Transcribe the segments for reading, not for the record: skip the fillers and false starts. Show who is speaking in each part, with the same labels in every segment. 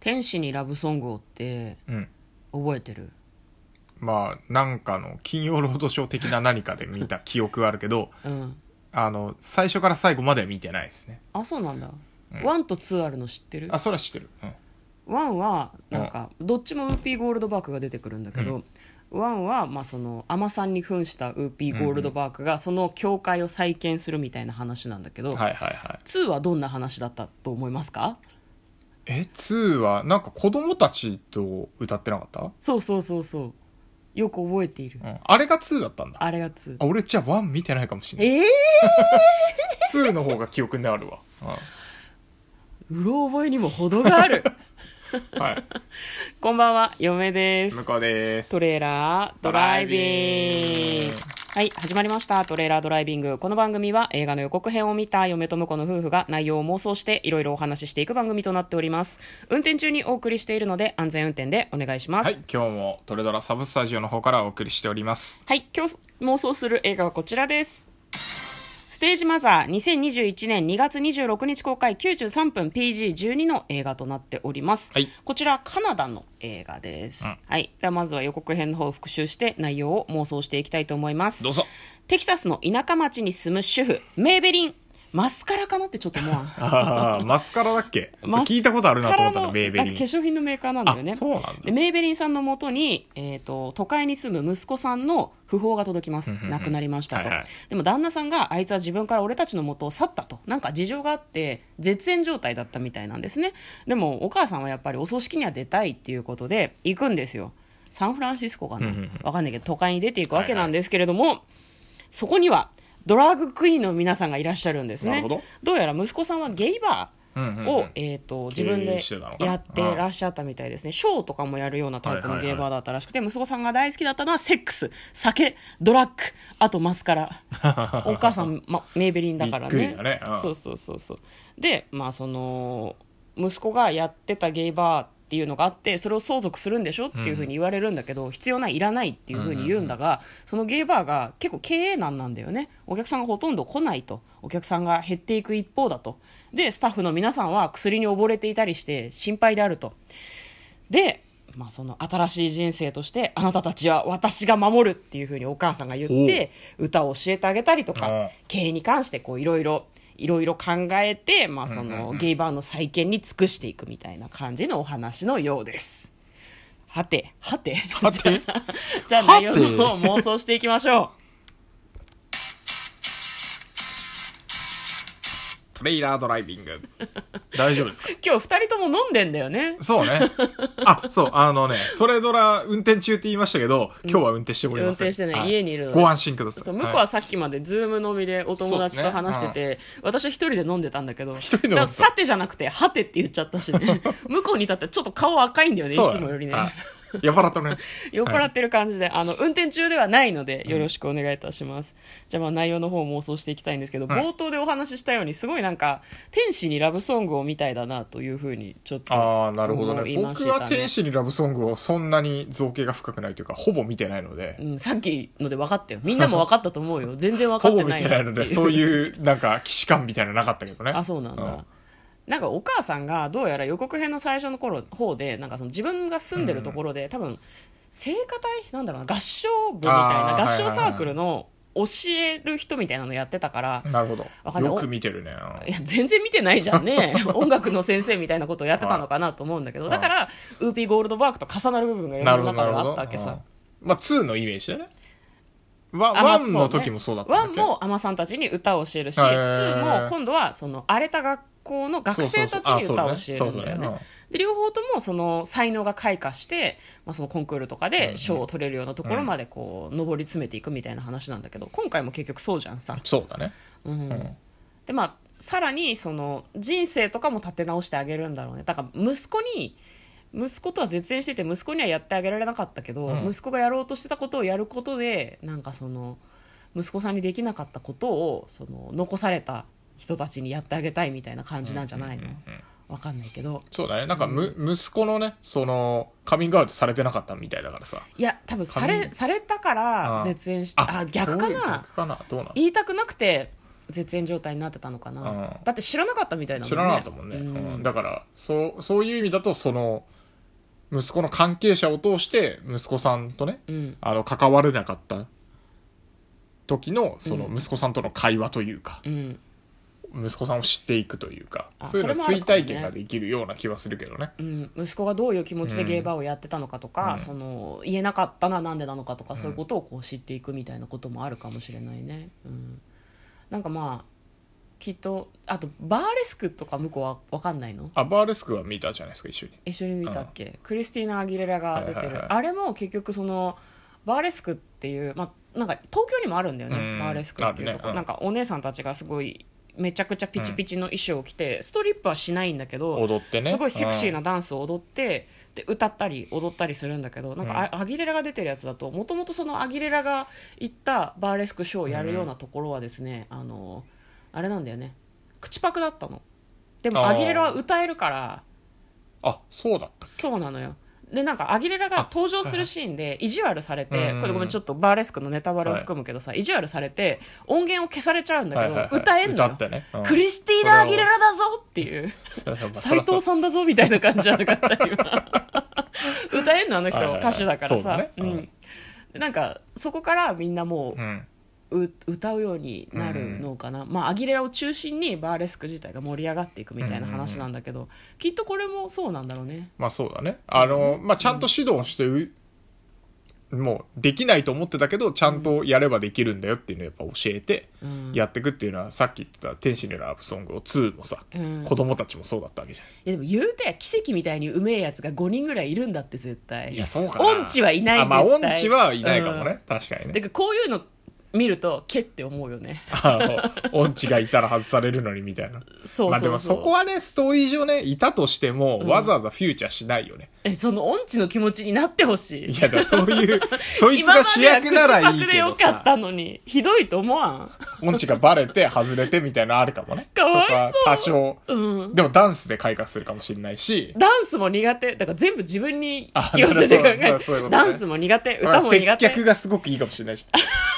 Speaker 1: 天使にラブソングをって
Speaker 2: うん。
Speaker 1: 覚えてる？
Speaker 2: まあ、なんかの金曜ロードショー的な何かで見た記憶があるけど、
Speaker 1: うん。
Speaker 2: 最初から最後までは見てないですね。
Speaker 1: あ、そうなんだ。
Speaker 2: うん
Speaker 1: 1と2あるの知ってる？
Speaker 2: あ、それは知ってる。
Speaker 1: 1はなんかどっちもウーピーゴールドバークが出てくるんだけど、1はまあその海女さんに扮したウーピーゴールドバークがその教会を再建するみたいな話なんだけど、
Speaker 2: はいはいはい。
Speaker 1: 2はどんな話だったと思いますか？
Speaker 2: 2はなんか子供たちと歌ってなかった？
Speaker 1: そうそうそうそう、よく覚えている。
Speaker 2: あれが2だったんだ。
Speaker 1: あれが2。
Speaker 2: 俺じゃあ1見てないかもしれない。2の方が記憶にあるわ。
Speaker 1: うろ覚えにも程がある。
Speaker 2: はい。
Speaker 1: こんばんは、嫁です。
Speaker 2: 向こうです。
Speaker 1: トレーラードライビング。はい、始まりました。トレーラードライビング。この番組は映画の予告編を見た嫁と婿の夫婦が内容を妄想していろいろお話ししていく番組となっております。運転中にお送りしているので安全運転でお願いします。
Speaker 2: はい、今日もトレドラサブスタジオの方からお送りしております。
Speaker 1: はい、今日妄想する映画はこちらです。ステージマザー2021年2月26日公開93分 PG12 の映画となっております、
Speaker 2: はい、
Speaker 1: こちらカナダの映画です、はい、ではまずは予告編の方を復習して内容を妄想していきたいと思います。
Speaker 2: どうぞ。
Speaker 1: テキサスの田舎町に住む主婦メーベリン、マスカラかなってちょっと思わん？
Speaker 2: マスカラだっけ？聞いたことあるなと思ったの。メーベリン、
Speaker 1: 化粧品のメーカーなんだよね。
Speaker 2: そうなんだ。
Speaker 1: でメーベリンさんのもとに、都会に住む息子さんの訃報が届きます。亡くなりましたと、はいはい、でも旦那さんがあいつは自分から俺たちの元を去ったと、なんか事情があって絶縁状態だったみたいなんですね。でもお母さんはやっぱりお葬式には出たいっていうことで行くんですよ。サンフランシスコかな、わかんないけど都会に出ていくわけなんですけれども、はいはい、そこにはドラッグクイーンの皆さんがいらっしゃるんですね。どうやら息子さんはゲイバーを、自分でやってらっしゃったみたいですね。ショーとかもやるようなタイプのゲイバーだったらしくて、息子さんが大好きだったのはセックス、酒、ドラッグ、あとマスカラ。お母さん、メーベリンだからね。そうそうそうそう。で、まあその息子がやってたゲイバーっていうのがあって、それを相続するんでしょっていう風に言われるんだけど、必要ない、いらないっていう風に言うんだが、そのゲイバーが結構経営難なんだよね。お客さんがほとんど来ないと、お客さんが減っていく一方だと。でスタッフの皆さんは薬に溺れていたりして心配であると。で、その新しい人生としてあなたたちは私が守るっていう風にお母さんが言って歌を教えてあげたりとか、経営に関してこういろいろ考えて、そのゲイバーの再建に尽くしていくみたいな感じのお話のようです。はてじゃあ内容の方妄想していきましょう。
Speaker 2: トレイラードライビング大丈夫ですか？
Speaker 1: 今日2人とも飲んでんだよね。
Speaker 2: そうね。そうトレドラ運転中って言いましたけど、今日は運転しております。
Speaker 1: 運転してね、家にいるので
Speaker 2: ご安心ください。
Speaker 1: そう、向こうはさっきまでズーム飲みでお友達と話してて、私は一人で飲んでたんだけど、さてじゃなくてはてって言っちゃったしね。向こうに至ってちょっと顔赤いんだよね、いつもよりね。
Speaker 2: 酔っ払ってます。
Speaker 1: 酔っ払ってる感じで、運転中ではないのでよろしくお願いいたします。じゃあ内容の方を妄想していきたいんですけど、冒頭でお話ししたようにすごいなんか天使にラブソングをみたいだなというふうにちょっと思いましたね。
Speaker 2: なるほどね。僕は天使にラブソングをそんなに造形が深くないというかほぼ見てないので、
Speaker 1: さっきので分かったよ。みんなも分かったと思うよ。全然分かってない
Speaker 2: ほぼ見てないので、そういうなんか既視感みたいなのなかったけどね。
Speaker 1: あ、そうなんだ。なんかお母さんがどうやら予告編の最初の方でなんかその自分が住んでるところで、多分聖歌隊なんだろうな、合唱部みたいな合唱サークルの教える人みたいなのやってたから。
Speaker 2: なるほど。よく見てるね。
Speaker 1: いや全然見てないじゃんね。音楽の先生みたいなことをやってたのかなと思うんだけど、だからウーピーゴールドバークと重なる部分が世の中ではあったわけさ。
Speaker 2: 2のイメージだね。1の時もそうだったんだっけ？
Speaker 1: 1も海女さんたちに歌を教えるし、2も今度はその荒れた学校の学生たちに歌を教えるんだよね。で両方ともその才能が開花して、そのコンクールとかで賞を取れるようなところまでこう上り詰めていくみたいな話なんだけど、今回も結局そうじゃんさ。
Speaker 2: そうだね。
Speaker 1: でさらにその人生とかも立て直してあげるんだろうね。だから息子とは絶縁してて息子にはやってあげられなかったけど、息子がやろうとしてたことをやることでなんかその息子さんにできなかったことをその残された人たちにやってあげたいみたいな感じなんじゃないの？わかんないけど。
Speaker 2: そうだね。なんか息子のね、そのカミングアウトされてなかったみたいだからさ。
Speaker 1: いや多分されたから絶縁して、逆かな。
Speaker 2: どうなの？
Speaker 1: 言いたくなくて絶縁状態になってたのかな、
Speaker 2: うん、
Speaker 1: だって知らなかったみたいだもんね。
Speaker 2: 知らなかったもんね、うん、だからそういう意味だとその息子の関係者を通して息子さんとね、関われなかった時のその息子さんとの会話というか、息子さんを知っていくというか、そういうの追体験ができるような気はするけどね、
Speaker 1: 息子がどういう気持ちでゲイバーをやってたのかとか、その言えなかったのはなんでなのかとか、そういうことをこう知っていくみたいなこともあるかもしれないね、なんかまあきっとあとバーレスクとか向こうは分かんないの？
Speaker 2: バーレスクは見たじゃないですか、一緒に
Speaker 1: 見たっけ、クリスティーナ・アギレラが出てる、あれも結局そのバーレスクっていう、なんか東京にもあるんだよね、バーレスクっていうとこ、なんかお姉さんたちがすごいめちゃくちゃピチピチの衣装を着て、ストリップはしないんだけど
Speaker 2: 踊ってね、
Speaker 1: すごいセクシーなダンスを踊って、で歌ったり踊ったりするんだけど、なんかアギレラが出てるやつだと、もともとそのアギレラが行ったバーレスクショーをやるようなところはですね、あれなんだよね、口パクだったの。でもアギレラは歌えるから。
Speaker 2: そうだったっけ？
Speaker 1: そうなのよ。でなんかアギレラが登場するシーンで意地悪されて、これごめんちょっとバーレスクのネタバレを含むけどさ、意地悪されて音源を消されちゃうんだけど、歌えんのよ、
Speaker 2: ね、
Speaker 1: クリスティーナ・アギレラだぞっていう斉藤さんだぞみたいな感じじゃなかった今歌えんのあの人歌手だからさ、なんかそこからみんなもう、歌うようになるのかな、アギレラを中心にバーレスク自体が盛り上がっていくみたいな話なんだけど、きっとこれもそうなんだろうね。
Speaker 2: そうだね、ちゃんと指導して、もうできないと思ってたけどちゃんとやればできるんだよっていうのをやっぱ教えてやっていくっていうのは、さっき言ってた天使のラブソングを2もさ、子供たちもそうだったわけじゃん。
Speaker 1: いやでも言うて奇跡みたいにうめえやつが5人ぐらいいるんだって絶対。
Speaker 2: いやそうかな、
Speaker 1: 音痴はいない絶対。
Speaker 2: 音痴はいないかもね、確かにね。
Speaker 1: だからこういうの見るとけって思うよね
Speaker 2: 音痴がいたら外されるのにみたいな
Speaker 1: そう
Speaker 2: でもそこはねストーリー上ねいたとしても、わざわざフューチャーしないよね。
Speaker 1: その音痴の気持ちになってほしい。
Speaker 2: いやだそういうそいつが主役ならいいけどさ、今までは口パクでよ
Speaker 1: かったのにひどいと思わん？
Speaker 2: 音痴がバレて外れてみたいなのあるかもね。
Speaker 1: かわいそう。
Speaker 2: そこは多少、でもダンスで開花するかもしれないし、
Speaker 1: ダンスも苦手だから全部自分に引き寄せて考える、ダンスも苦手、歌も苦手、
Speaker 2: 接客がすごくいいかもしれないし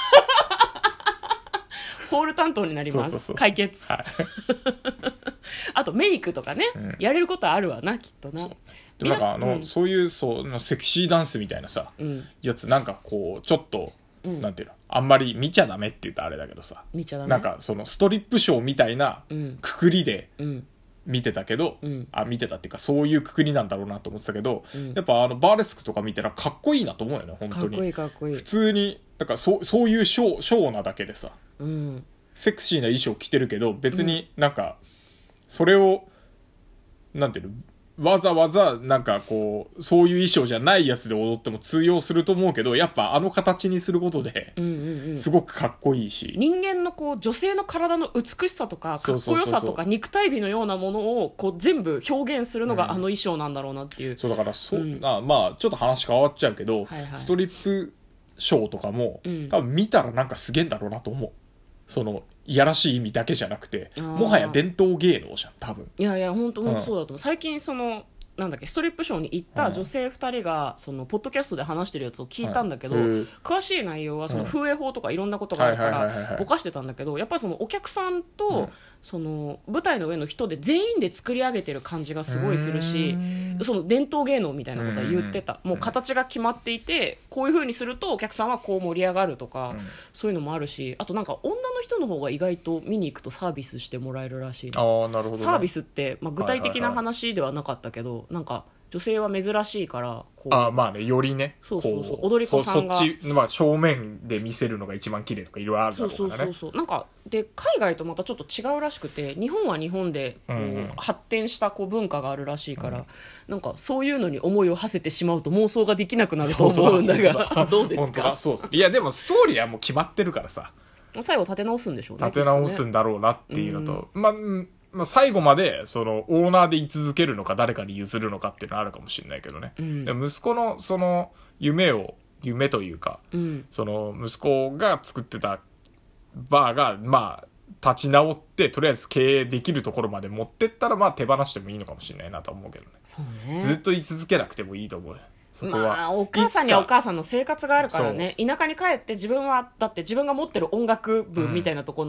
Speaker 1: ホール担当になります。そう解決、あとメイクとかね、やれることあるわなきっとな。
Speaker 2: でもなんかそういうセクシーダンスみたいなさ、やつなんかこうちょっと、なんていうの、あんまり見ちゃダメって言ったらあれだけどさ、
Speaker 1: 見ちゃダメ、
Speaker 2: なんかそのストリップショーみたいなくくりで見てたけど、見てたっていうかそういうくくりなんだろうなと思ってたけど、やっぱバーレスクとか見たらかっこいいなと思うよね本当に。
Speaker 1: かっこいいかっこいい。
Speaker 2: 普通になんかそういうショーなだけでさ、セクシーな衣装着てるけど別になんかそれをなんていうの、わざわざなんかこうそういう衣装じゃないやつで踊っても通用すると思うけど、やっぱあの形にすることですごくかっこいいし、
Speaker 1: 人間のこう女性の体の美しさとかかっこよさとか肉体美のようなものをこう全部表現するのがあの衣装なんだろうなっていう、
Speaker 2: そうだからちょっと話変わっちゃうけど、ストリップショーとかも、多分見たらなんかすげえんだろうなと思う。そのいやらしい意味だけじゃなくて、もはや伝統芸能じゃん多分。
Speaker 1: いやいや本当そうだと思う。最近そのなんだっけストリップショーに行った女性2人がそのポッドキャストで話してるやつを聞いたんだけど、詳しい内容はその風営法とかいろんなことがあるからぼかしてたんだけど、やっぱりそのお客さんとその舞台の上の人で全員で作り上げてる感じがすごいするし、その伝統芸能みたいなことは言ってた。もう形が決まっていてこういう風にするとお客さんはこう盛り上がるとか、そういうのもあるし、あとなんか女の人の方が意外と見に行くとサービスしてもらえるらしい、
Speaker 2: なるほどね。
Speaker 1: サービスって、具体的な話ではなかったけど、なんか女性は珍しいからこう
Speaker 2: よりね、
Speaker 1: そう踊り子さんが
Speaker 2: そっち、正面で見せるのが一番綺麗とかいろいろあるだろうからね。
Speaker 1: そうなんかで海外とまたちょっと違うらしくて、日本は日本でこう、発展したこう文化があるらしいから、なんかそういうのに思いを馳せてしまうと妄想ができなくなると思うんだがどうですか？
Speaker 2: そうです。いやでもストーリーはもう決まってるからさ、
Speaker 1: 最後立て直すんでしょうね。
Speaker 2: 立て直すんだろうなっていうのと、最後までそのオーナーで居続けるのか誰かに譲るのかっていうのはあるかもしれないけどね、で息子のその夢というか、その息子が作ってたバーが立ち直ってとりあえず経営できるところまで持ってったら手放してもいいのかもしれないなと思うけどね。
Speaker 1: そうね、
Speaker 2: ずっと居続けなくてもいいと思う。
Speaker 1: お母さんにはお母さんの生活があるからね。田舎に帰って自分はだって自分が持ってる音楽部みたいなところの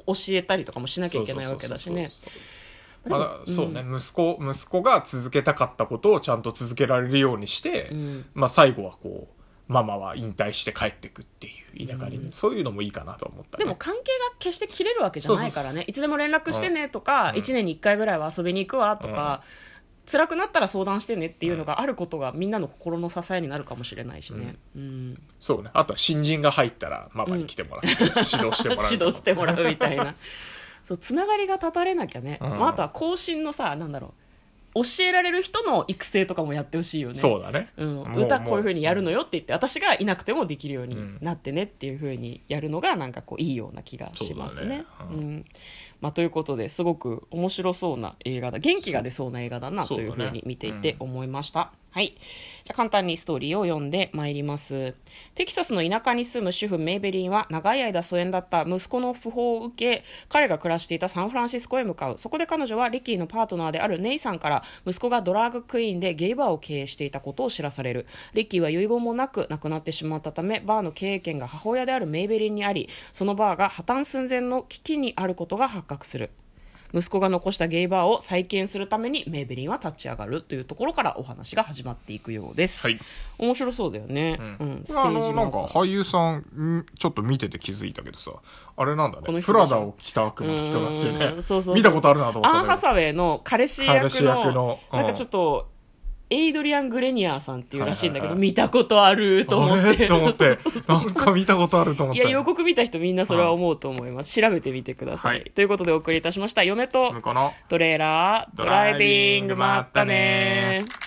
Speaker 1: 教えたりとかもしなきゃいけないわけだしね。
Speaker 2: そうね、息子が続けたかったことをちゃんと続けられるようにして、まあ最後はこう、ママは引退して帰ってくっていう田舎にね、そういうのもいいかなと思ったね。
Speaker 1: でも関係が決して切れるわけじゃないからね。いつでも連絡してねとか、1年に1回ぐらいは遊びに行くわとか、辛くなったら相談してねっていうのがあることがみんなの心の支えになるかもしれないしね。
Speaker 2: そうね。あとは新人が入ったらママに来てもらって、指導してもらう。
Speaker 1: 指導してもらうみたいな。そう、つながりが断たれなきゃね。まあ、あとは後進のさ、なんだろう。教えられる人の育成とかもやってほしいよね。
Speaker 2: そうだね。
Speaker 1: 歌こういう風にやるのよって言って、私がいなくてもできるようになってねっていう風にやるのがなんかこういいような気がしますね。まあ、ということですごく面白そうな映画だ、元気が出そうな映画だなという風に見ていて思いました。はい。じゃあ簡単にストーリーを読んでまいります。テキサスの田舎に住む主婦メイベリンは長い間疎遠だった息子の訃報を受け、彼が暮らしていたサンフランシスコへ向かう。そこで彼女はリキーのパートナーであるネイさんから息子がドラッグクイーンでゲイバーを経営していたことを知らされる。リキーは遺言もなく亡くなってしまったため、バーの経営権が母親であるメイベリンにあり、そのバーが破綻寸前の危機にあることが発覚する。息子が残したゲイバーを再建するためにメイベリンは立ち上がるというところからお話が始まっていくようです。はい、面白そうだよね。
Speaker 2: ステージなんか俳優さんちょっと見てて気づいたけどさ、あれなんだね、プラダを着た悪魔の人たちね。見たことあるなと思った。
Speaker 1: アン・ハサウェイの彼氏役のなんかちょっとエイドリアン・グレニアーさんっていうらしいんだけど、見たことあると思って。
Speaker 2: なんか見たことあると思って。
Speaker 1: いや、予告見た人みんなそれは思うと思います。調べてみてください。ということでお送りいたしました。嫁とトレーラー、ドライビング、まったねー。